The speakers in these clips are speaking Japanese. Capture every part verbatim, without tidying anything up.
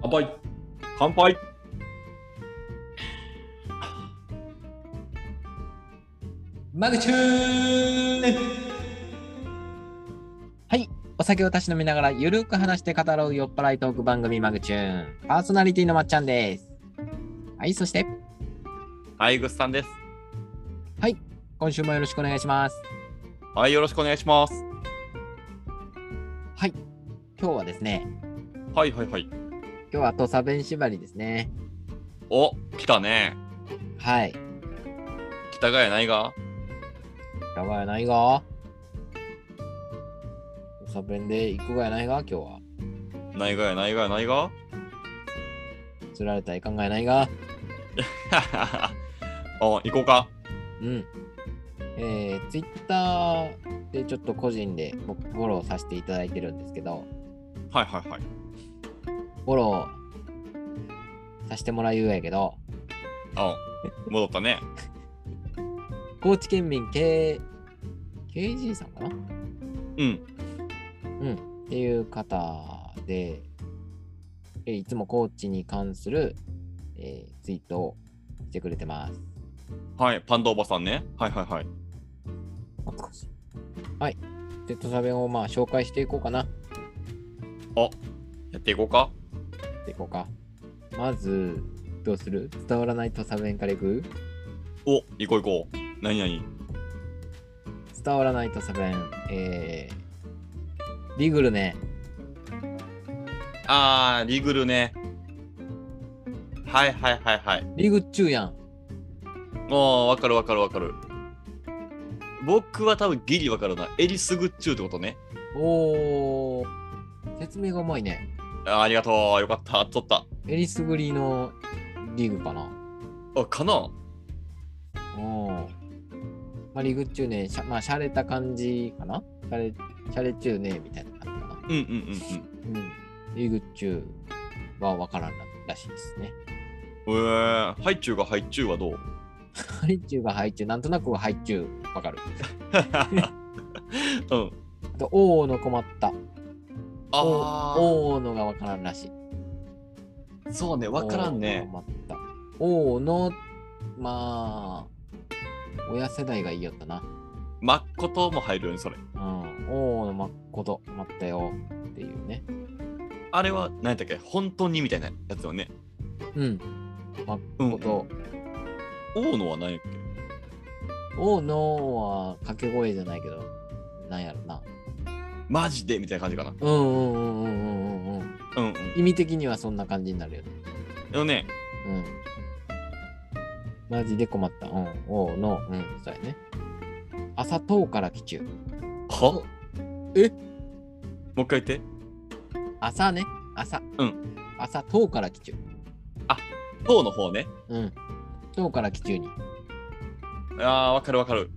乾杯。 乾杯。 マグチューン。はい。お酒をたし飲みながらゆるく話して語ろう酔っ払いトーク番組マグチューン。パーソナリティのまっちゃんです。はい。そして。 はい、ぐっさんです。 はい。今週もよろしくお願いします。 はい、よろしくお願いします。 はい。今日はですね。 はいはいはい。 今日は土佐弁縛りですね。 お、来たね。 はい。 来たがやないがやばいないが土佐弁で行くがやないが今日は。 ないがやないがやないが釣られたらいかんがやないがお、行こうか。 うん。えー、ツイッターでちょっと個人で僕フォローさせていただいてるんですけど、 はいはいはい。 フォローさせてもらうようやけど、 あ、戻ったね。 高知県民 K、ケージー さんかなうん。 うん。っていう方で、えいつも高知に関する、えーツイートをしてくれてます。 はい、パンダおばさんね。はいはいはい。 懐かしい。はい。で、土佐弁をまあ紹介していこうかな。 お、やっていこうか。 やっていこうか。まず、どうする？伝わらない土佐弁からいく？ お、行こう行こう。なになに伝わらない土佐弁。えー、リグルね。 あー、リグルね。はいはいはいはい。 リグっちゅうやん。 おー、わかるわかるわかる。僕は多分ギリわかるな。エリスグッチューってことね。 おー。説明がうまいね。 あー、ありがとう。よかった。取った。 エリスグリのリグかな。 あ、かなおー。まあ、リグっちゅうね、しゃまあ、しゃれた感じかな。しゃれ、しゃれちゅうね、みたいな感じかな。 うんうんうんうん。リグっちゅうはわからんらしいですね。 うん。えー、ハイチュウがハイチュウはどうハイチュウがハイチュウ、なんとなくハイチュウわかる。 うん。 あと、おーの困った。 あおーのがわからんらしい。 あ、そうね、わからんね。 おーの困った。おーの、まあ、親世代がいいよったな。 まっことも入るよね、それ。 うん。おーのまっこと待ったよっていうね。 あれは、何やったっけ本当にみたいなやつよね。 うん。まっこと。 大野は何やっけおーのは掛け声じゃないけど、なんやろな。 マジでみたいな感じかな。 うんうんうんうんうんうんうん。 うんうん。 意味的にはそんな感じになるよね。 でもね、 うん。マジで困った。うん。おーの、うん、そうやね。朝遠から来ちゅう。 はえもう一回言って。 朝ね。朝。 うん。 朝遠から来ちゅう。 塔の方ね。 うん。遠から来ちゅうに。 ああ、わかるわかる。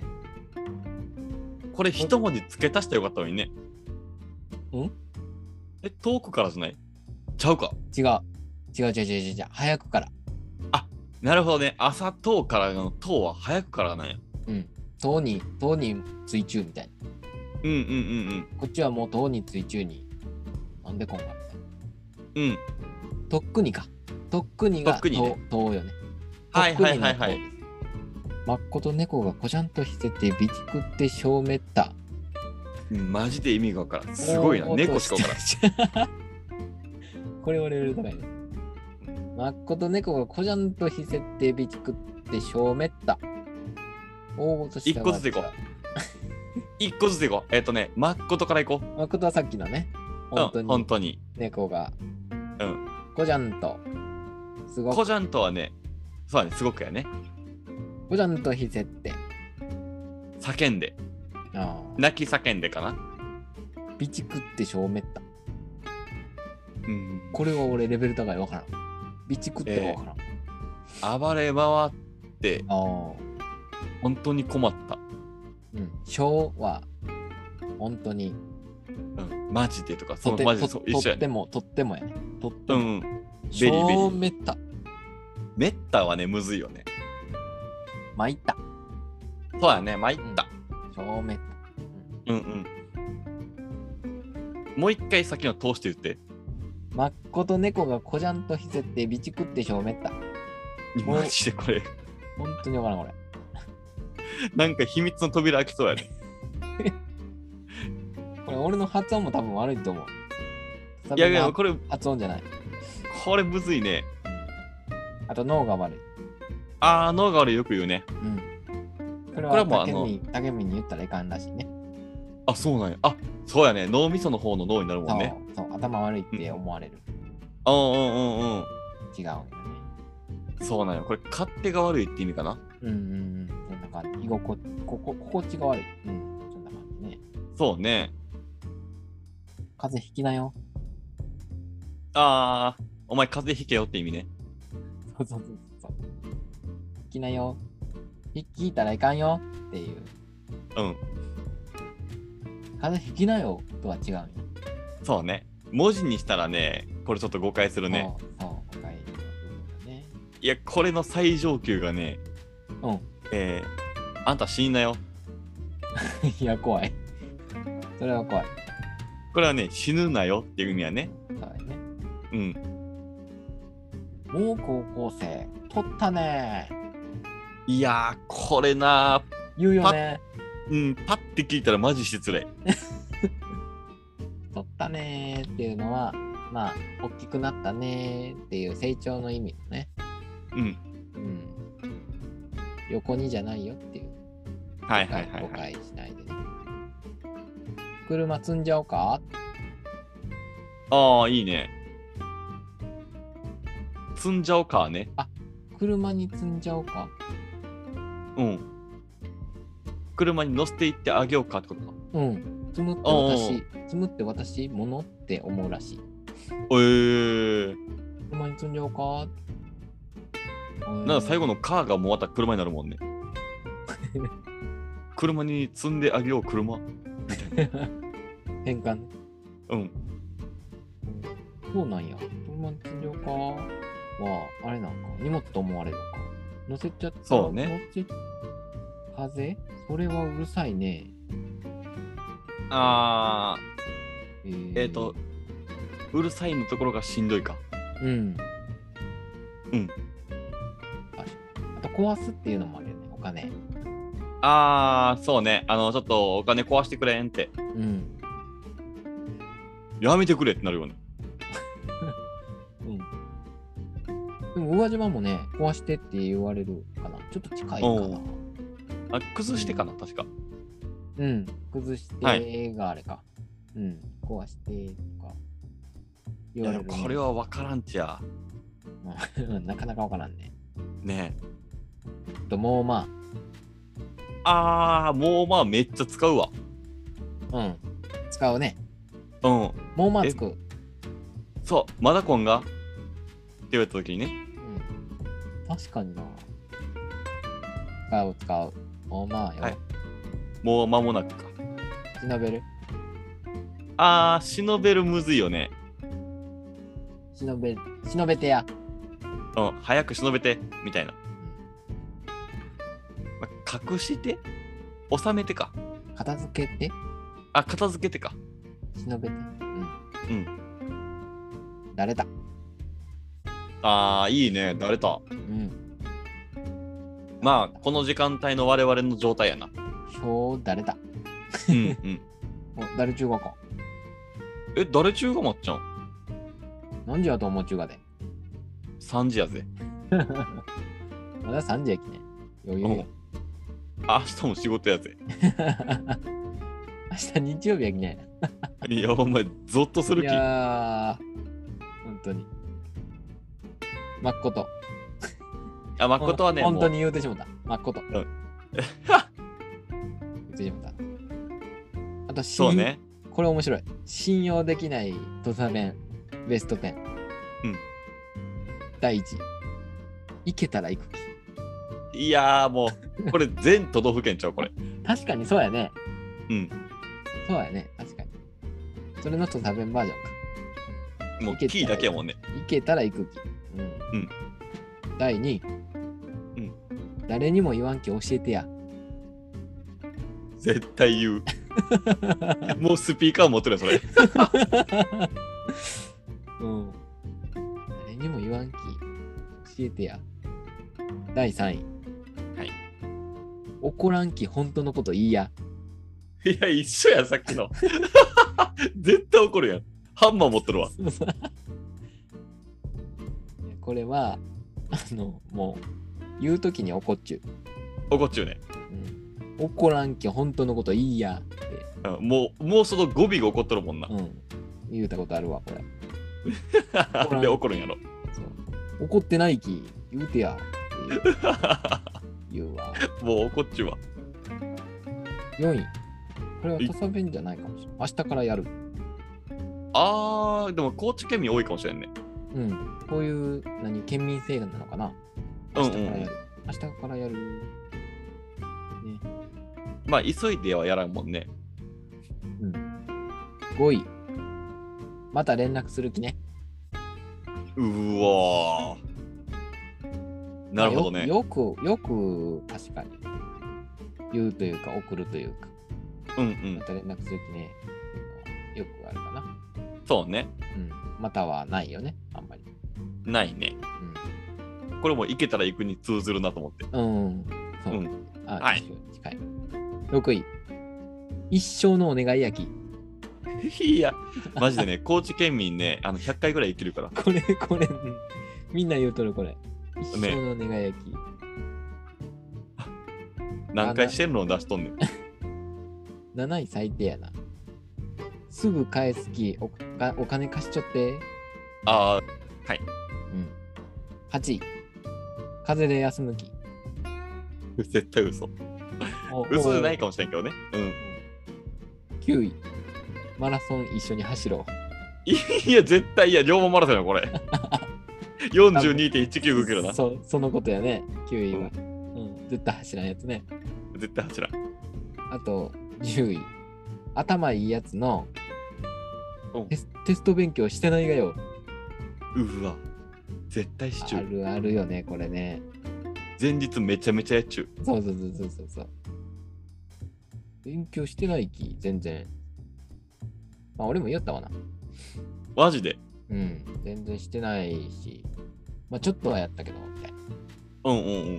これ一文字付け足したらよかったのにね。 んえ、遠くからじゃないちゃうか。 違う。違う違う違う違う違う。早くから。 なるほどね。朝遠からの遠は早くからなんや。 うん。遠に、遠に追中みたいな。 うんうんうんこっちはもう遠に追中に。なんでこんか。 うん。うん。 とっくにか。とっくにがとっくにね遠よね。 はいはいはいはい。 まっこと猫がこじゃんとひせてビチくって正めった。 マジで意味がわからん。すごいな。猫しかわからん。 これ俺れ高いね。まっこと猫がこじゃんとひせてビチくって正めった。おーとした一個ずついこう。一個ずついこう。えっ、ー、とね、まっことからいこう。 まっことはさっきのね。本当に。 うん、本当に。 猫が。 うん。 こじゃんと。すごく。 こじゃんとはね、そうだね、すごくやね。 こじゃんとひせって。 叫んで。 あ泣き叫んでかな。 ビチくって正めった。 うん。 これは俺レベル高いわからん。ビチくってはわからん。 暴れ回って、 ああ。 本当に困った。 うん。小は、本当に。 うん。マジでとか、そとてのマジでそう一緒やね。 とっても、とってもやね。とっても。 うん。ベリーベリー。 正めった。 めったはね、むずいよね。 まいった。 そうやね、参った。 正めった。 うんうん。もう一回先の通して言って。 まっこと猫がこじゃんとひせって備蓄ってしょうめった。 マジでこれ、 本当にわからんこれ。 なんか秘密の扉開きそうやね。 これ俺の発音も多分悪いと思う。 いやいや、これ、 発音じゃない。 これむずいね。 あと脳が悪い。 あー、脳が悪いよく言うね。 うん。これこれははもうあの竹見竹見に言ったらいかんらしいね。 あ、そうなんや。あ、そうやね。脳みその方の脳になるもんね。 そう、そう、頭悪いって思われる。 うんうんうんうん。 違うんよね。 そうなんよ。これ、勝手が悪いって意味かな。 うんうんうん。そんな感じ。居心ここ心地が悪い。うん。そんな感じね。 そうね。 風邪ひきなよ。 あー、お前風邪ひけよって意味ね。 そうそうそうそう。ひきなよ。ひ聞いたらいかんよっていう。 うん。 風邪ひきなよとは違うんよ。 そうね。文字にしたらね、これちょっと誤解するね。 そう、そう、誤解の部分だね。 いや、これの最上級がね、 うん。 えー、あんた死んなよ。 いや、怖い。それは怖い。 これはね、死ぬなよっていう意味やね。 そうだね。 うん。 もう高校生、取ったね。 いやー、これな言うよね。 ー、うん、パッて聞いたらマジ失礼。 取ったねーっていうのは、まあ、大きくなったねーっていう成長の意味のね。 うん。 うん。横にじゃないよっていう。 はいはいはい、 誤はい。 解しないでね。車積んじゃおうか？ ああ、いいね。積んじゃおうかね。 車に積んじゃおうか？ うん。車に乗せていってあげようかってことか。 うん。積むっておうおう私、積むって私、物って思うらしい。 えー。 車に積んじゃおうか？ なんか最後のカーがもうまた車になるもんね。車に積んであげよう車。 変換ね。 うん。 そうなんや。車に積んじゃおうかは、あれなんか、荷物と思われるのか。乗せちゃった。 そうね。 乗せ風それはうるさいね。 あえー、 ー、えっ、ー、と、うるさいのところがしんどいか。 うん。 うん。 ああと、壊すっていうのもあるよね、お金。 あー、そうね。あの、ちょっとお金壊してくれんって。 うん。 やめてくれってなるよね。 うん。でも、宇和島もね、壊してって言われるかな。ちょっと近いかな。 あ、崩してかな、確か。 うん。崩してがあれか。うん。壊してとかいや、 言われる、 でもこれは分からんちゃ。 うん。なかなかわからんね。 ねえ。 と、もうまあー、もうまあめっちゃ使うわ。 あ、うん。使うね。 うん。 もうまあ使う。 そう、マダコンがって言われた時にね。 うん。確かにな。使う、使う。もうまあよ。 はい。もう間もなくか。 忍べるあー、忍べるむずいよね。 忍べ、忍べてや。 うん、早く忍べて、みたいな。まあ、隠して収めてか。 片付けてあ、片付けてか。 忍べて。うん。 うん。 誰だあー、いいね。誰だ。 うん。 まあ、この時間帯の我々の状態やな。 今日誰だうんうん。 お誰中学かえ、誰中がまっちゃん？ 何時やと思う中学で。 さんじやぜ。 まださんじやきね。余裕や。 明日も仕事やぜ。 明日日曜日やきね。 いや、お前、ゾッとするい気。 やー、本当に。まっこと。 あ、誠はね、 本当もに言うてしもた。まっこと。 ん言うてしもた。あと、 う、そうね。 これ面白い。信用できない土佐弁ベストじゅう。 うん。 だいいちい。行けたら行く気。 いやー、もう、これ全都道府県ちゃう、これ。 確かにそうやね。 うん。 そうやね。確かに。それの土佐弁バージョンか。 もう、キーだけやもんね。 行けたら行く気。うん。 うんだいにい。 うん。誰にも言わんき教えてや。 絶対言う。もうスピーカー持ってるよ、それ。 うん。 らんき。教えてや。だいさんい。 はい。 怒らんき、本当のこと言いや。 いや、一緒や、さっきの。絶対怒るやん。ハンマー持ってるわ。 これは、あの、もう、言うときに怒っちゅう。 怒っちゅうね。 うん、怒らんき、本当のこと言いやって。 うん、もう、もうその語尾が怒っとるもんな。 うん。言うたことあるわ、これ。 で、怒るんやろ。 そう怒ってないき、言うてや。って言うわ。 もう怒っちゅうわ。 よんい。これは土佐弁じゃないかもしれない。明日からやる。 あー、でも高知県民多いかもしれんね。 うん。こういう、何、県民性なのかな。明日からやる。うんうん、明日からやる。ね。 まあ、急いではやらんもんね。 うん。ごい。また連絡する気ね。 うわー。なるほどね。 よく、よく、確かに。言うというか、送るというか。 うんうん。 また連絡する気ね。よくあるかな。 そうね。 うん。またはないよね。あんまり。 ないね。うん。これも行けたら行くに通ずるなと思って。 うん。そう。うん、あ、 はい。 近い。ろくい。一生のお願いやき。 いや、マジでね、高知県民ね、あのひゃっかいぐらい生きるから。 これ、これ、みんな言うとる、これ。一生のお願いやき。ね、 何回してんのを出しとんねん。 なない最低やな。すぐ返すき、お, お金貸しちょって。 ああ、はい。 うん。はちい。風邪で休むき。 絶対嘘。嘘じゃないかもしれんけどね。うん。 きゅうい。マラソン一緒に走ろう。 いや、絶対いや、両方マラソンや、これ。よんじゅうにてんいちきゅうごキロな。 そ, そのことやね、きゅういは。うん、うん、絶対走らんやつね。 絶対走らん。 あと、じゅうい。頭いいやつのテ ス, テスト勉強してないがよ。 うわ、絶対しちゅう。 あるあるよね、これね。 前日めちゃめちゃやっちゅう。 そうそうそうそうそう。勉強してないき、全然。まあ、俺も言ったわな。 マジで？ うん、全然してないし、まあちょっとはやったけど、みたいな。 うんうんうん。い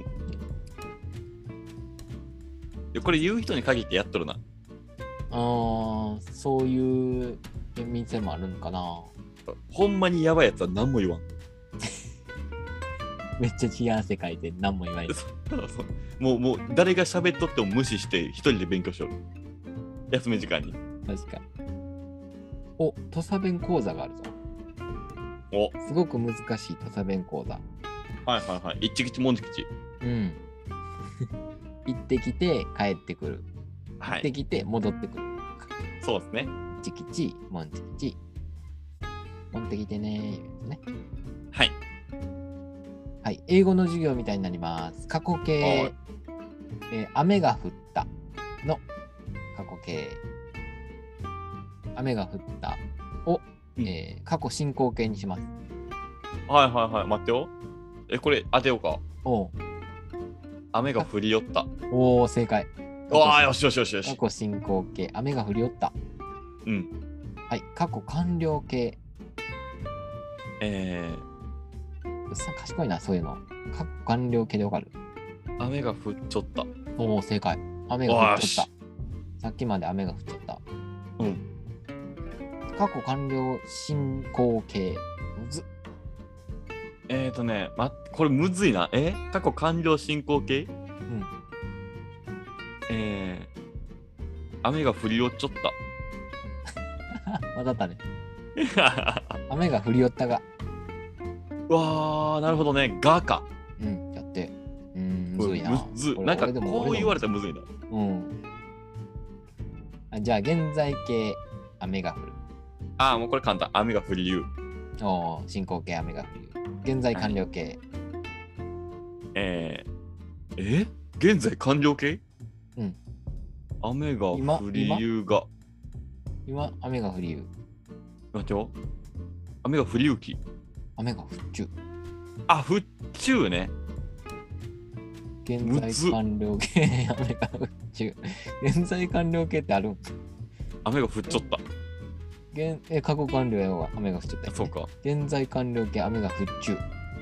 や、これ言う人に限ってやっとるな。 ああ、そういう県民性もあるんかな。 ほんまにやばいやつは何も言わん。 めっちゃ幸せ書いて何も言わない。 もう、もう誰が喋っとっても無視して一人で勉強しよる。休み時間に。 確かに。お、土佐弁講座があるぞ。 お、 すごく難しい土佐弁講座。 はいはいはい。一吉もんじ吉。 うん。行ってきて帰ってくる。 はい。 行ってきて戻ってくる。 そうですね。 一吉、もんじ吉。持ってきてねー、ね。 はい。 はい。英語の授業みたいになります。過去形、えー、雨が降ったの過去形。雨が降ったを、えー、過去進行形にします。 はいはいはい。待ってよ。え、これ当てようか。 おう。 雨が降りよった。 おお、正解。 わあ、よしよしよしよし。 過去進行形。雨が降りよった。 うん。 はい。過去完了形。 えー。さ、賢いな、そういうの。過去完了形でわかる。 雨が降っちょった。 おお、正解。雨が降っちょった。さっきまで雨が降っちょった。 うん。 過去完了進行形。むずっ。 えーとね、ま、これむずいな。え過去完了進行形？うん。えー、雨が降りよっちょった。 わかったね。雨が降りよったが。 うわー、なるほどね。がか。 うん、やって。うん、むずいな。 むずい。なんかこう言われたらむずいな。 うん。あ、じゃあ、現在形、雨が降る。 ああ、もうこれ簡単。雨が降りゆう。 おー、進行形、雨が降りゆう。現在完了形。はい、 えー、え現在完了形？ うん。 雨が降りゆうが。 今、今雨が降りゆう。 待ってよ。雨が降りゆうき。 雨が降っちゅう。 あ、降っちゅうね。 現在完了形、雨が降っちゅう。現在完了形ってあるん？ 雨が降っちょった。 現え過去完了やわ、雨が降っちゃった、ね。 そうか。 現在完了形、雨が降っちゅう。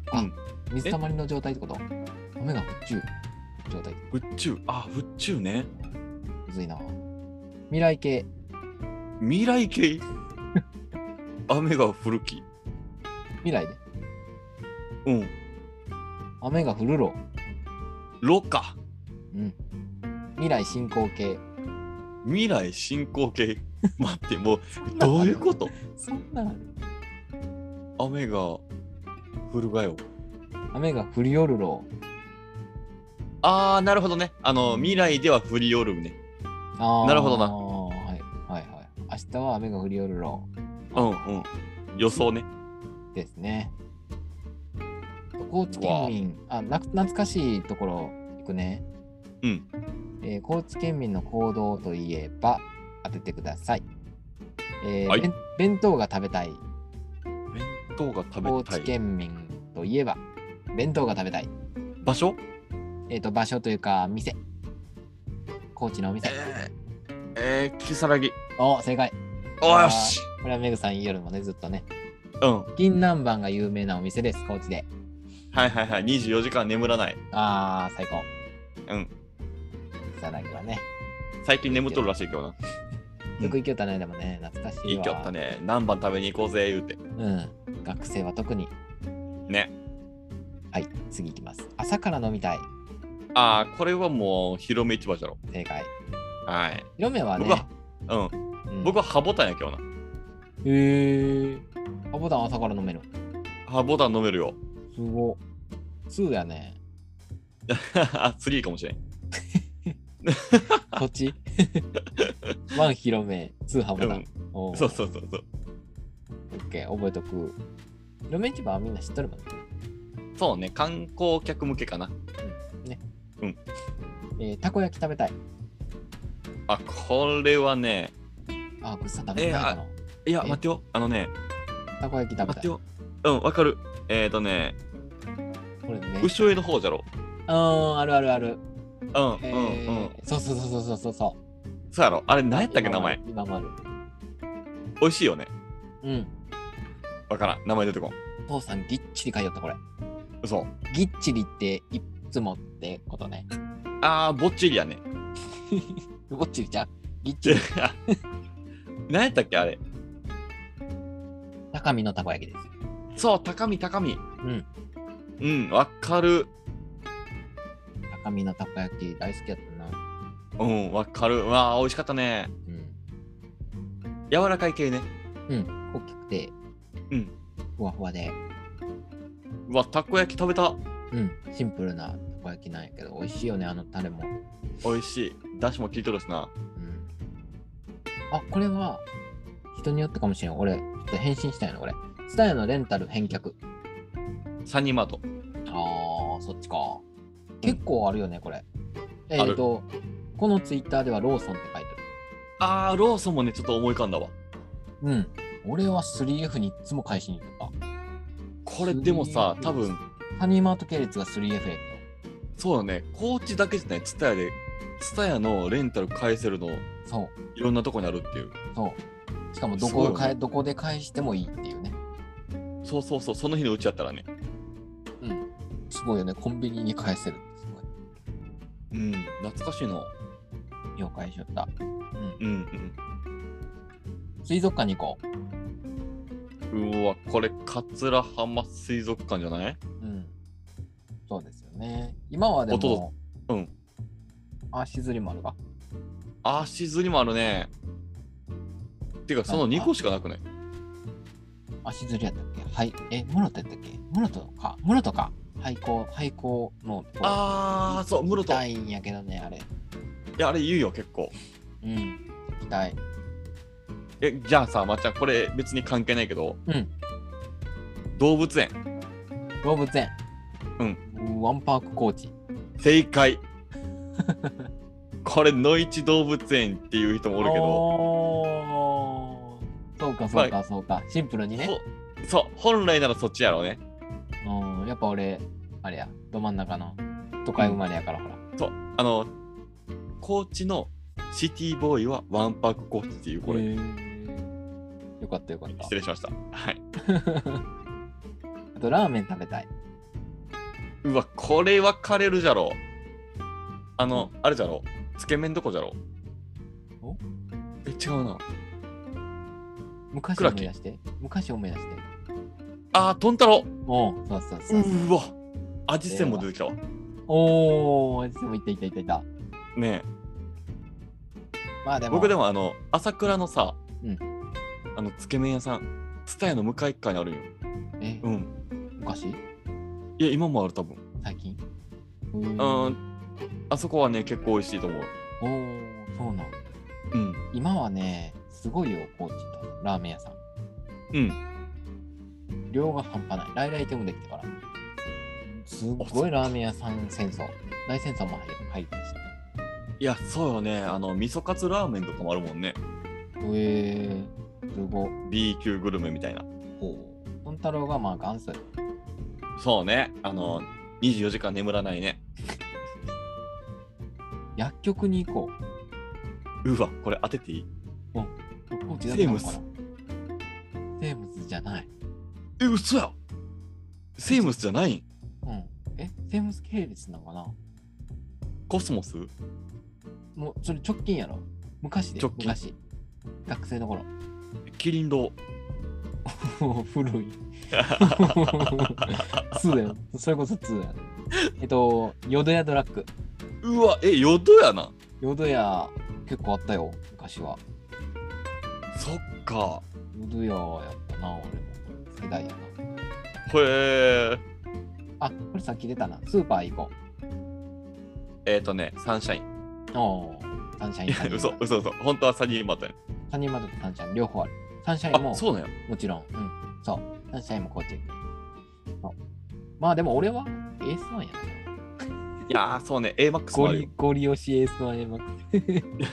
あ、 うん水たまりの状態ってこと？雨が降っちゅう状態。 宇宙、あ、宇宙ね。 むずいな。未来系。 未来系雨が降るき。 未来で。 うん。 雨が降るろ。 ろか。 うん。未来進行形。 未来進行形。待って、もう、どういうこと？ そんなのある？ 雨が降るがよ。 雨が降りよるろ。 あー、なるほどね。あの、未来では降りよるね。 あーなるほどなはいはいはい。明日は雨が降りよるろ。 うんうん。予想ね。 ですね。高知県民、あ、な懐かしいところ行くね。 うん。 えー高知県民の行動といえば当ててください。えーはい弁弁当が食べたい。 弁当が食べ高たい知県民といえば弁当が食べたい。 場所？ えっ、と、場所というか店。高知のお店。 えー、えー、キサラギ。 お、正解。 およし。 これはメグさん言いよるもんね、ずっとね。 うん。 銀南蛮が有名なお店です、高知で。 はいはいはい。にじゅうよじかん眠らない。 あー、最高。 うん。 さらにはね。 最近眠っとるらしいけどな。 よく行きよったね、でもね、懐かしいわ。 いいきょったね。何番食べに行こうぜ、言うて。 うん。学生は特に。 ね。 はい、次行きます。朝から飲みたい。 ああ、これはもう、広め市場じゃろ。 正解。 はい。 色目はね、 僕は、うん。 うん僕はハボタンやけどな。 へー。ハボタン朝から飲める。 ハボタン飲めるよ。 すご。ツーやね。 あ、スリーかもしれん。 こっちワン広め、ツーハボタン。おーそうそうそうそう。 オッケー、覚えとく。色目市場はみんな知っとるもんね。 そうね、観光客向けかな。 うん。ね。 うん。 えーたこ焼き食べたい。 あ、これはね、 あ、ぐっさ食べてないかな。 いや、 え待ってよ。あのね、 たこ焼き食べい。 待ったてよ。うん、わかる。えーとね、 これね。 後ろの方じゃろ。 うん、あるあるある。 うん、うん、 えうん。 ーそうそうそうそうそうそう。 そうやろ。あれ、何やったっけ、名前。 今もある。 美味しいよね。 うん。 わからん。名前出てこん。 父さんぎっちり書いよったこれ。 嘘。 ぎっちりっていっつもってことね。 あー、ぼっちりやね。 ぼっちりちゃう。ぎっちり。 何やったっけ、あれ。 高見のたこ焼きです。 そう、高見、高見。 うん。 うん、わかる。 高見のたこ焼き大好きやったな。 うん、わかる。わあ、美味しかったね。 うん。 柔らかい系ね。 うん。大きくて、 うん。 ふわふわで、 うわ、たこ焼き食べた。 うん。シンプルなたこ焼きなんやけど、美味しいよね、あのタレも。 美味しい。だしも効いとるしな。 うん。あ、これは、人によってかもしれん。俺、ちょっと返信したいの、俺。ツタヤのレンタル返却。 サニーマート。 あー、そっちか。結構あるよね、これ。えあるっ、ー、と、このツイッターではローソンって書いてる。 あー、ローソンもね、ちょっと思い浮かんだわ。 うん。俺は スリーエフ にいつも返しに行った。 これでもさ、多分、 サニーマート系列が スリーエフ やけそうだね。高知だけじゃない、ツタヤで、ツタヤのレンタル返せるの、 ど。そう。 いろんなとこにあるっていう。 そう。しかもどすごいよねこをかえ、どこで返してもいいっていうね。 そうそうそう、その日のうちやったらね。 うん。すごいよね。コンビニに返せるってすごい。 うん、懐かしいな。 了解しよった。うん。 うんうん。 水族館に行こう。 うわ、これ、桂浜水族館じゃない？ うん。そうですよね。今はでも、 音うん。 足釣りもあるか。 足釣りもあるね。てか、そのにこしかなくない？ 足釣りやったっけはい。え、室戸やったっけ室戸か。室戸か。廃校、廃校のところ。 あー、そう、室戸。 行きたいんやけどね、あれ。 いや、あれ言うよ、結構。 うん。行きたい。 え、じゃあさ、まっちゃん、これ別に関係ないけど、 うん。 動物園。 動物園。 うん。 ワンパーク高知。 正解。これ、野市動物園っていう人もおるけど、 おーそうか、そうか、そうか。シンプルにね。 ほそう、本来ならそっちやろうね。 うん。やっぱ俺、あれや、ど真ん中の都会生まれやから、ほら。 そう、あの、高知のシティボーイはワンパーク高知っていう、これ、 へーよかったよかった失。礼しました。はい。 あと、ラーメン食べたい。 うわ、これ分かれるじゃろ。あの、あれじゃろ。つけ麺どこじゃろ。 おえ、違うな。 昔倉木思い出して。昔思い出して。 あー、とんたろ。 おう、そうそうそうそう。 うわ、味せんも出てきたわ。 おー、でもいったいったいったいった。 ねえ。 まあでも、 僕でもあの、朝倉のさ、 うんあの、つけ麺屋さん、ツタヤの向かい側にあるんよ。 え、 うん。 昔いや、今もある、多分。 最近ううーん。あそこはね、結構美味しいと思う。 おー、そうなん。 うん。 今はね、すごいよ、高知とラーメン屋さん。 うん。 量が半端ない。来来店もできてから。すっごいラーメン屋さん戦争。大戦争も入る入ったし。 いや、そうよね。あの、味噌カツラーメンとかもあるもんね。 えー、すごい。 B 級グルメみたいな。 ほう。トン太郎がまあ元祖よ。 そうね。あの、にじゅうよじかん眠らないね。 薬局に行こう。 うわ、これ当てていい？ 高知だセームス。 けなのかなセームスじゃない。 え、嘘や。セームスじゃないん？ うん。え、セームス系列なのかなコスモス？ もう、それ直近やろ昔で。 直近昔。学生の頃。 キリン堂。 古い。ツーだよ。それこそツーや。えっと、淀屋ドラッグ。 うわ、え、淀やな。 淀屋結構あったよ、昔は。 そっか。 淀屋やったな、俺も。世代やな。 へえ。 あ、これさっき出たな。スーパー行こえっ、ー、とね、サンシャイン。 う。おー、サンシャイン。 いや、嘘、嘘、嘘。本当はサニーマートやね。 サニーマートとサンシャイン両方ある。サンシャインもあ、そうなんや。 もちろん。うん。そう。サンシャインもこっち。そうまあでも俺はエースワンやな。 いやー、そうね。エーマックス もあるよゴリ。ゴリ押しエースワンエーマック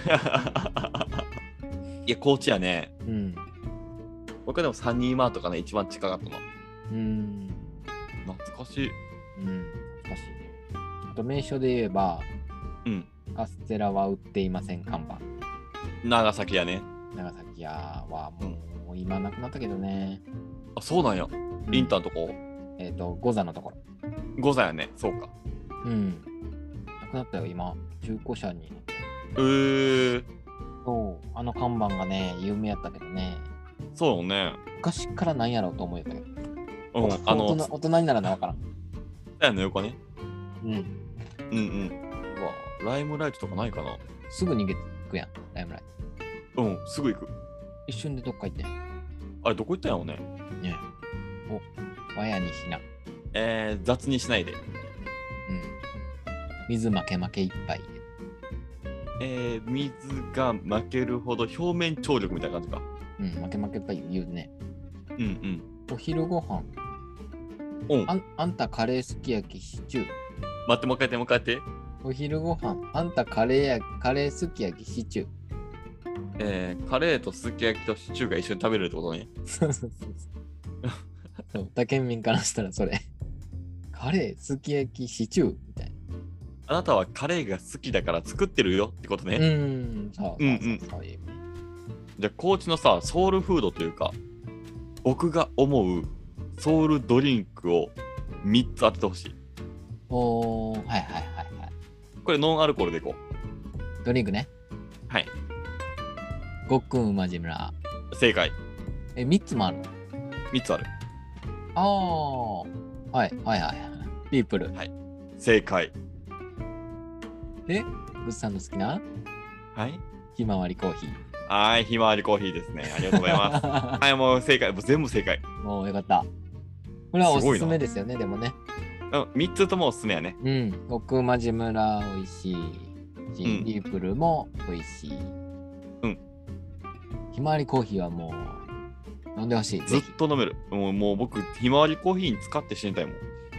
いや、高知やね。 ス。うん。 僕はでもサニーマートかね、一番近かったな。 うん。 懐かしい。 うん。懐かしいね。あと名所で言えば、 うん。 カステラは売っていません看板。 長崎やね。 長崎屋はもう今なくなったけどね。 あ、そうなんや。インターのとこ。 えっ、と、ゴザのところ。 ゴザやね。そうか。 うん。なくなったよ、今。中古車に。 えー、 そう。あの看板がね、有名やったけどね。 そうよね。 昔からなんやろうと思うたけど。 うん、あの、 大人大人にならなわからん。 ツタヤの横ね。 うん。 うんうん。うわ、ライムライトとかないかな。 すぐ逃げてくやん、ライムライト。 うん、すぐ行く。 一瞬でどっか行ってん。 あれ、どこ行ったんやろうね。 ねえ。お、わやにしな。 えー、雑にしないで。 うん。水負け負けいっぱい。 えー、水が負けるほど表面張力みたいな感じか。 うん、負け負けいっぱい言うね。 うんうん。 お昼ご飯。 うん。 あんあんたカレーすき焼きシチュー。 待って、もう一回やって、もう一回やって。 お昼ご飯。あんたカレーやカレーすき焼きシチュー。 えー、カレーとすき焼きとシチューが一緒に食べれるってことね。 そうそうそうそう。そう、他県民からしたらそれ。カレーすき焼きシチューみたいな。 あなたはカレーが好きだから作ってるよってことね。 うーん、そうそうそう、 うんうんそういう意味。 じゃあ、高知のさ、ソウルフードというか、僕が思うソウルドリンクをみっつ当ててほしい。 おー、はいはいはいはい。 これノンアルコールでいこう。 ドリンクね。 はい。 ごっくんうまじ村。 正解。 え、みっつもあるのみっつある。 あー、はいはいはいはい。ピープル。 正解。 で、グッさんの好きなはい。 ひまわりコーヒー。 はい、ひまわりコーヒーですね。ありがとうございます。はい、もう正解。もう全部正解。 もうよかった。これはおすすすごいなめですよね、でもね。 うん、みっつともおすすめやね。 うん。奥間地村美味しいし、 うんリープルも美味しい。 うん。 ひまわりコーヒーはもう飲んでほしい。 ずっぜひ。 と飲める。もうもう僕、ひまわりコーヒーに使って死にたいもん。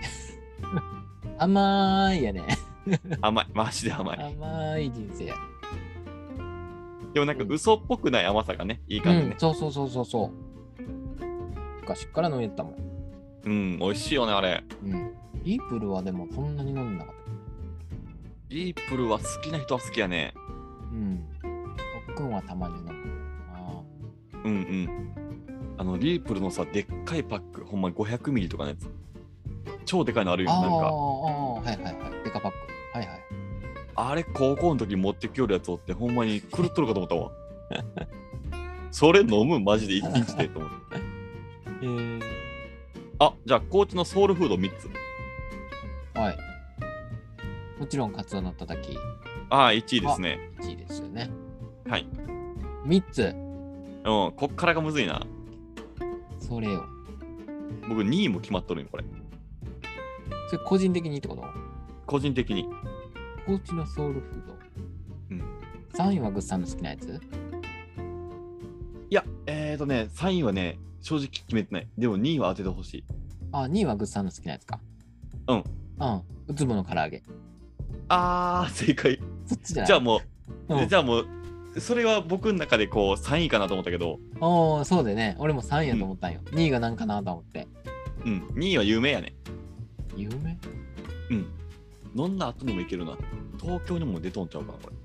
甘いやね。 甘い。マジで甘い。 甘い人生や。 でもなんか嘘っぽくない甘さがね、いい感じね。 うん、そうそうそうそうそう。昔から飲めたもん。 うん、美味しいよね、あれ。 うん。リープルはでもそんなに飲んでなかった。 リープルは好きな人は好きやね。 うん。僕はたまに飲むな。 うんうん。あの、リープルのさ、でっかいパック、ほんまごひゃくミリとかのやつ。 超でかいのあるよ。 ああ、 なんか、 はいはいはい。デカパック。はいはい。 あれ高校の時持ってきよるやつおって、ほんまに狂っとるかと思ったわ。それ飲むマジで一日でと思って。 えー、 あ、じゃあ高知のソウルフードみっつ。 はい。もちろんカツオのたたき。 ああ、いちいですね。 いちいですよね。 はい。 みっつ。 うん、こっからがむずいな。 それよ。 僕にいも決まっとるんよ、これ。 それ個人的にってこと？ 個人的に。 高知のソウルフード。 うん。 さんいはグッさんの好きなやつ？ いや、えーとね、さんいはね、正直決めてない。でもにいは当ててほしい。 あ、にいはグッさんの好きなやつか。 うん。 うん。ウツボの唐揚げ。 あー、正解。 そっちじゃない？ じゃあもう、 うん、 じゃあもう、それは僕の中でこうさんいかなと思ったけど、 おー、そうでね。俺もさんいやと思ったんよ。うん、にいがなんかなと思って。 うん、にいは有名やね。 有名？ うん。飲んだ後にもいけるな。東京にも出とんちゃうかな、これ。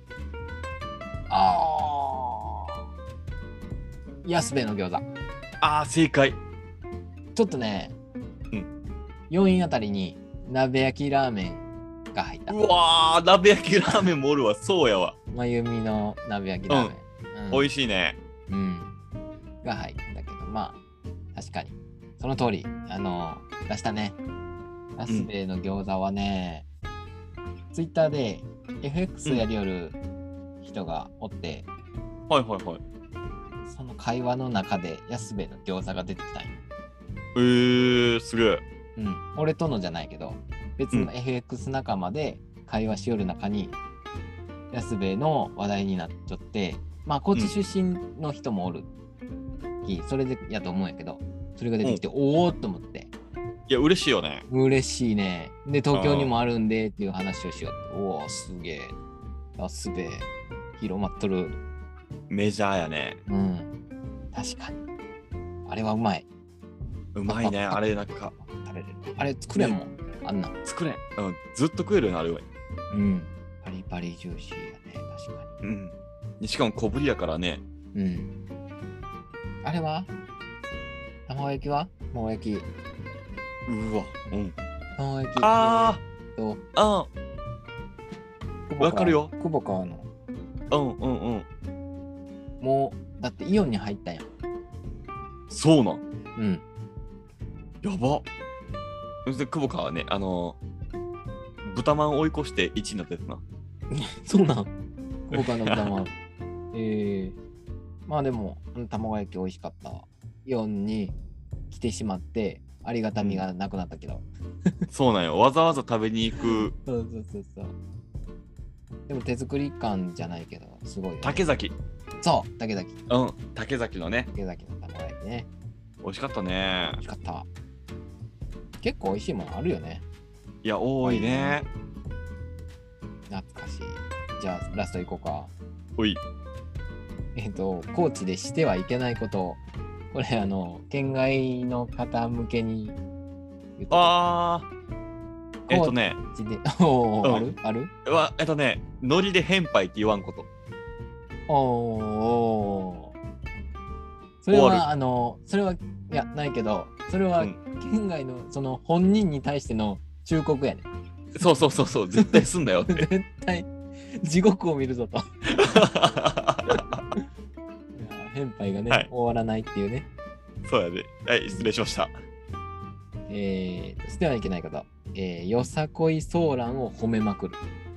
あー。安兵衛の餃子。 あー、正解。 ちょっとね、 うん。 よんいあたりに鍋焼きラーメンが入った。 うわー、鍋焼きラーメンもおるわ。そうやわ。 まゆみの鍋焼きラーメン。 うん。美味しいね。 うん。が入ったけど、まあ、確かに。その通り、あの、出したね。安兵衛の餃子はね、ツイッターで エフエックス やりよる人がおって、 うん、はいはいはい。 その会話の中で安兵衛の餃子が出てきたんよ。 えー、すげえ。 うん。俺とのじゃないけど、別の エフエックス 仲間で会話しよる中に、安兵衛の話題になっちゃって、まあ、高知出身の人もおるき、うん、それでやと思うんやけど、それが出てきて、うん、おおっと思って。 いや、嬉しいよね。 嬉しいね。で、東京にもあるんでっていう話をしよう。おお、すげえ。安兵衛、広まっとる。 メジャーやね。 うん。確かに。あれはうまい。 うまいね、あれなんか。 食べれる。あれ作れんもん、ね、あんな。 作れん。うん、ずっと食えるようになるわ。 うん。パリパリジューシーやね、確かに。うん。しかも小ぶりやからね。 うん。あれは卵焼きは卵焼き。 うわ、うん。 卵焼き。 あー。とああ。わかるよ。 久保川の。 うんうんうん。 もう、だってイオンに入ったやん。 そうなん。 うん。 やば。久保川はね、あのー、豚まん追い越していちいになったやつな。 そうなん。久保川の豚まん。えー。まあでも、卵焼き美味しかった。イオンに来てしまって、ありがたみがなくなったけど。 そうなんよ。わざわざ食べに行く。 そうそうそうそう。でも手作り感じゃないけど、すごいよ、ね。 竹崎。 そう、竹崎。 うん、竹崎のね。 竹崎の卵焼きね。 美味しかったね。 美味しかった。結構美味しいものあるよね。 いや、多いね。 懐かしい。じゃあ、ラストいこうか。 おい。 えっと、高知でしてはいけないこと。これ、あの、県外の方向けに言ってた。 ああ。えっとね。 おー、うん、あるあるわえっとね、ノリで変配って言わんこと。 おー。それは、あの、それは、いや、ないけど、それは、県外の、その、本人に対しての忠告やね。 そうそうそうそう、絶対すんだよって。 絶対、地獄を見るぞと。変配がね、はい、終わらないっていうね。 そうやで。はい、失礼しました。 えー、してはいけないこと。えー、よさこいソーランを褒めまくる。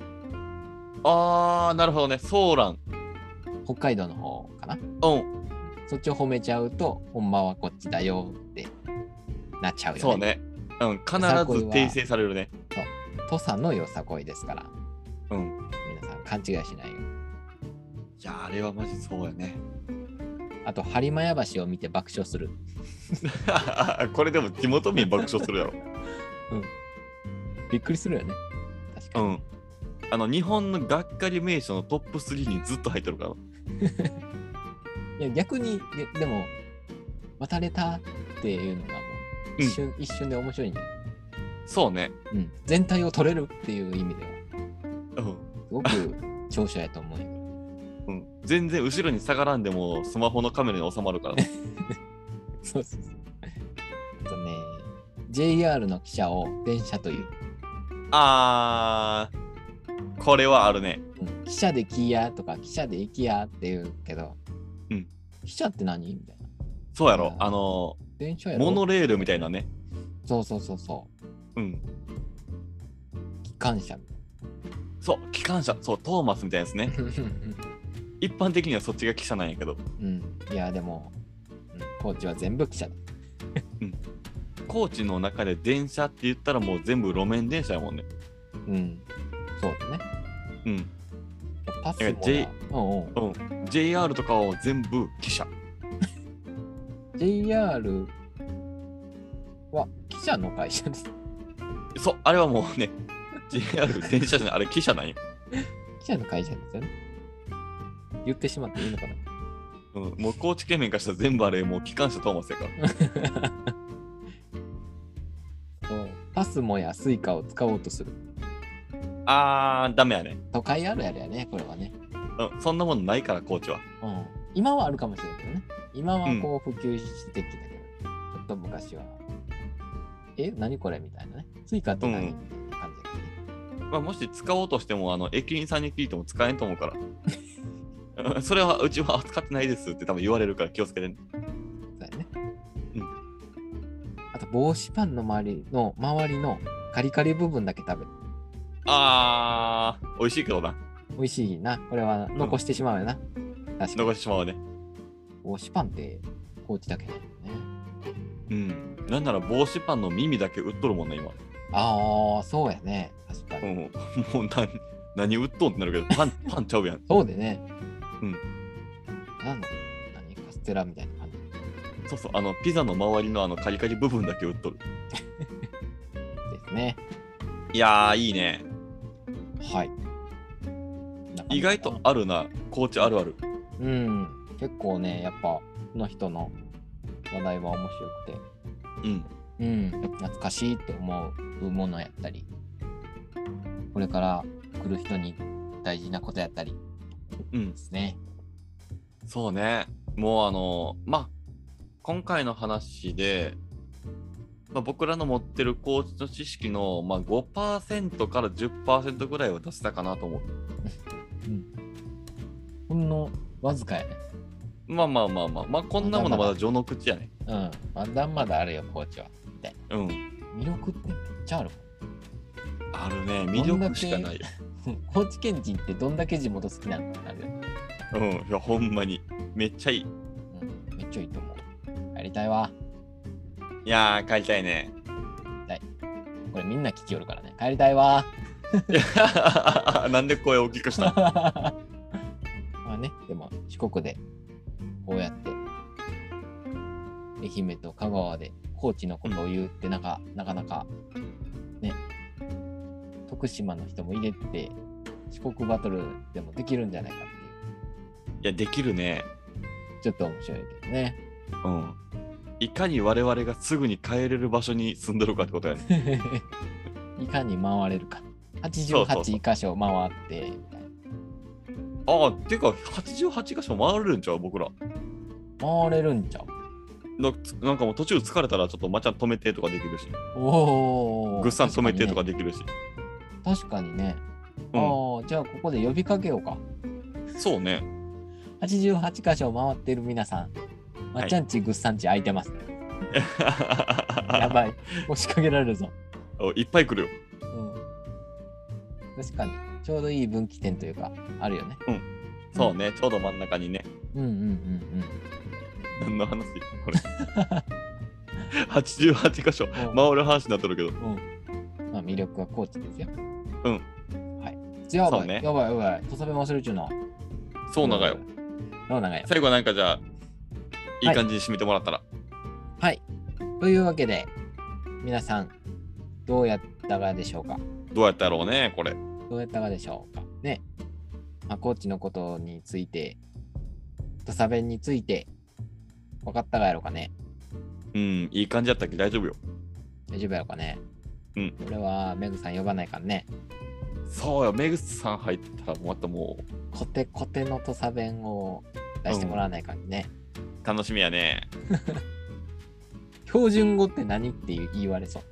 あー、なるほどね。ソーラン。 北海道の方かな。 うん。 そっちを褒めちゃうと、本場はこっちだよってなっちゃうよね。 そうね。うん、必ず訂正されるね。 そう。土佐のよさこいですから。 うん。 皆さん勘違いしないよ。 いや、あれはマジそうやね。 あと、播磨屋橋を見て爆笑する。 これでも地元民爆笑するやろ。 うん。びっくりするよね。確かに。うん。 あの、日本のがっかり名所のトップスリーにずっと入ってるから。 いや、逆に、で, でも、渡れたっていうのがもう、一瞬、うん、一瞬で面白いんだよ。 そうね。 うん。全体を取れるっていう意味では、 うん。 すごく長所やと思うよ。 うん、全然後ろに下がらんでもスマホのカメラに収まるから。 そうそうそう。あとね、 ジェイアール の汽車を電車という。 あー、これはあるね。 うん、汽車で来やとか汽車で行きやって言うけど、 うん。 汽車って何みたいな。 そうやろ。あのー、 電車やろ。 モノレールみたいなね。 そうそうそうそう。うん。 機関車。 そう、機関車。そう、トーマスみたいなやつね。一般的にはそっちが汽車なんやけど。 うん。いや、でも、うん、高知は全部汽車だ。 うん。高知の中で電車って言ったらもう全部路面電車やもんね。 うん。そうだね。 うん。 パスも J、うんうん、ジェイアール とかを全部汽車。 ジェイアール は汽車の会社です。 そう、あれはもうね、ジェイアール 電車じゃない、あれ汽車なんよ。 汽車の会社ですよね。言ってしまっていいのかな。 うん、もう高知県民からしたら全部あれもう機関車トーマスやから。 パスモやスイカを使おうとする。 あー、ダメやね。 都会あるやるやね、これはね。 うん、そんなものないから、高知は。 うん。今はあるかもしれないけどね。今はこう普及してきたけど、うん、ちょっと昔は、え、何これみたいなね。スイカって何、うん、みたいな感じだけどね。 まあ、もし使おうとしても、あの駅員さんに聞いても使えんと思うから。それはうちは使ってないですって多分言われるから気をつけてね。 そうやね。 うん。 あと帽子パンの周りの周りのカリカリ部分だけ食べる。 あー、美味しいけどな。 美味しいな。これは残してしまうよな。うん、確かに。 残してしまうね。 帽子パンって高知だけだよね。 うん。なんなら帽子パンの耳だけ売っとるもんね、今。 ああ、そうやね。確かに。 うん、もう何、何売っとんってなるけど、パン、パンちゃうやん。 そうでね。 うん。 なんだ何カステラみたいな感じ。 そうそう、あの、ピザの周りのあのカリカリ部分だけ売っとる。 ですね。 いやー、いいね。 はい。 意外とあるな、高知あるある。 うん、結構ね、やっぱ、この人の話題は面白くて、 うん。 うん、懐かしいって思うものやったり、これから来る人に大事なことやったりですね。 うん、そうね。もうあの、まあ、今回の話で、まあ、僕らの持ってる高知の知識の、まあ、ごパーセント から じゅっパーセント ぐらいは出せたかなと思う。 うん。ほんのわずかやね。 まあまあまあまあ、まあこんなものまだ序の口やね。 うん。まだまだあるよ、高知は。みたいな。 うん。 魅力ってめっちゃあるもん。あるね。魅力しかないよ。 高知県人ってどんだけ地元好きなんだよ。 うん。いや、ほんまに。めっちゃいい。 うん。めっちゃいいと思う。帰りたいわ。 いやー、帰りたいね。 はい。これみんな聞きよるからね。帰りたいわ。 なんで声大きくしたまあね、でも四国でこうやって愛媛と香川で高知のことを言うってなんか、うん、なかなかね、徳島の人も入れて四国バトルでもできるんじゃないかっていう。 いや、できるね。 ちょっと面白いけどね。 うん。いかに我々がすぐに帰れる場所に住んでるかってことやね。 いかに回れるか。はちじゅうはち箇所回ってみたいな。 ああ、てかはちじゅうはち箇所回れるんちゃう僕ら。 回れるんちゃうな, なんかもう途中疲れたらちょっとまちゃん止めてとかできるし。 おお。 ぐっさん止めてとかできるし。 確かにね。 うん、 ああ、じゃあここで呼びかけようか。 そうね。 はちじゅうはち箇所回ってる皆さん。まっちゃんちぐっさんち空いてます。やばい。押しかけられるぞ。 いっぱい来るよ。 うん。確かに。ちょうどいい分岐点というか、あるよね。 うん。そうね。うん、ちょうど真ん中にね。 うんうんうんうん。 何の話これ。はちじゅうはち箇所回る話になってるけど。うん。 まあ魅力は高知ですよ。 うん。 はい。やばい、ね、やばいやばい。とさべ忘れちゅうな。 そう長いよ。 そう長いよ。 最後なんかじゃあ、いい感じに締めてもらったら。 はい。というわけで、皆さん、どうやったかでしょうか。 どうやったろうね、これ。 どうやったかでしょうか。ね。まあ、高知のことについて、土佐弁について、分かったかやろうかね。 うん、いい感じだったっけ大丈夫よ。 大丈夫やろうかね。 うん。 俺はメグさん呼ばないからね。 そうよ、メグさん入ったらまたもう。コテコテの土佐弁を出してもらわないからね。 うん、楽しみやね。 標準語って何って言われそう。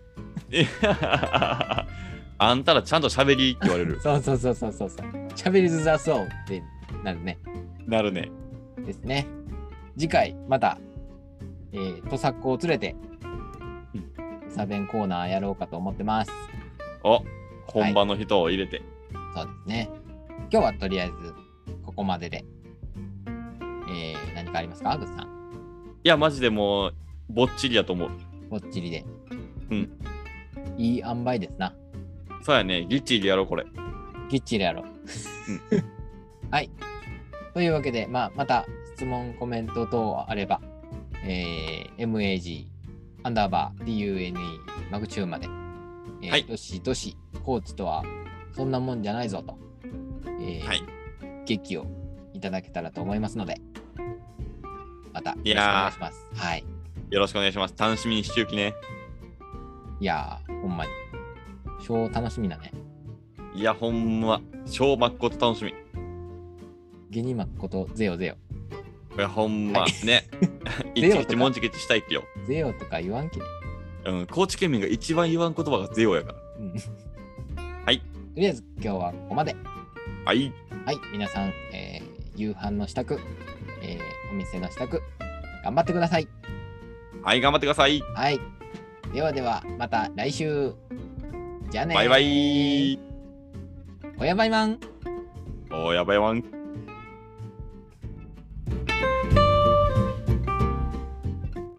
いやあんたらちゃんと喋りって言われる。 そうそうそうそうそうそう。喋りづらそうってなるね。 なるね。 ですね。次回また、えー、土佐っ子を連れて、土佐弁コーナーやろうかと思ってます。 お、本場の人を入れて。 そうですね。今日はとりあえずここまでで、えー、何かありますか、グッさん。 いや、マジでもう、ぼっちりやと思う。 ぼっちりで。 うん。 いい塩梅ですな。 そうやね、ぎっちりやろう、これ。 ぎっちりやろう。うん、はい。というわけで、まあ、また質問、コメント等あれば、えー、マグ アンダーバー ディーユーエヌイー マグチューンまで、えーはい、 どしどし、コーチとはそんなもんじゃないぞと、えー、 はい、 劇をいただけたらと思いますので、またよろしくお願いします。はい。 よろしくお願いします。楽しみにしておきね。 いやー、ほんまに。超楽しみだね。 いや、ほんま、超まっこと楽しみ。 ゲニマッコとゼヨゼヨ。 いや、ほんま、はい、ね。いちいちもんじきちしたいってよ。 ゼヨとか言わんけね。 うん、高知県民が一番言わん言葉がゼヨやから。 うん、 はい。 とりあえず今日はここまで。 はい。 はい、皆さん、えー、夕飯の支度、えー、お店の支度、頑張ってください。 はい、頑張ってください。 はい。ではでは、また来週。じゃあねー。 バイバイ。 おやばいまん。 おやばいまん。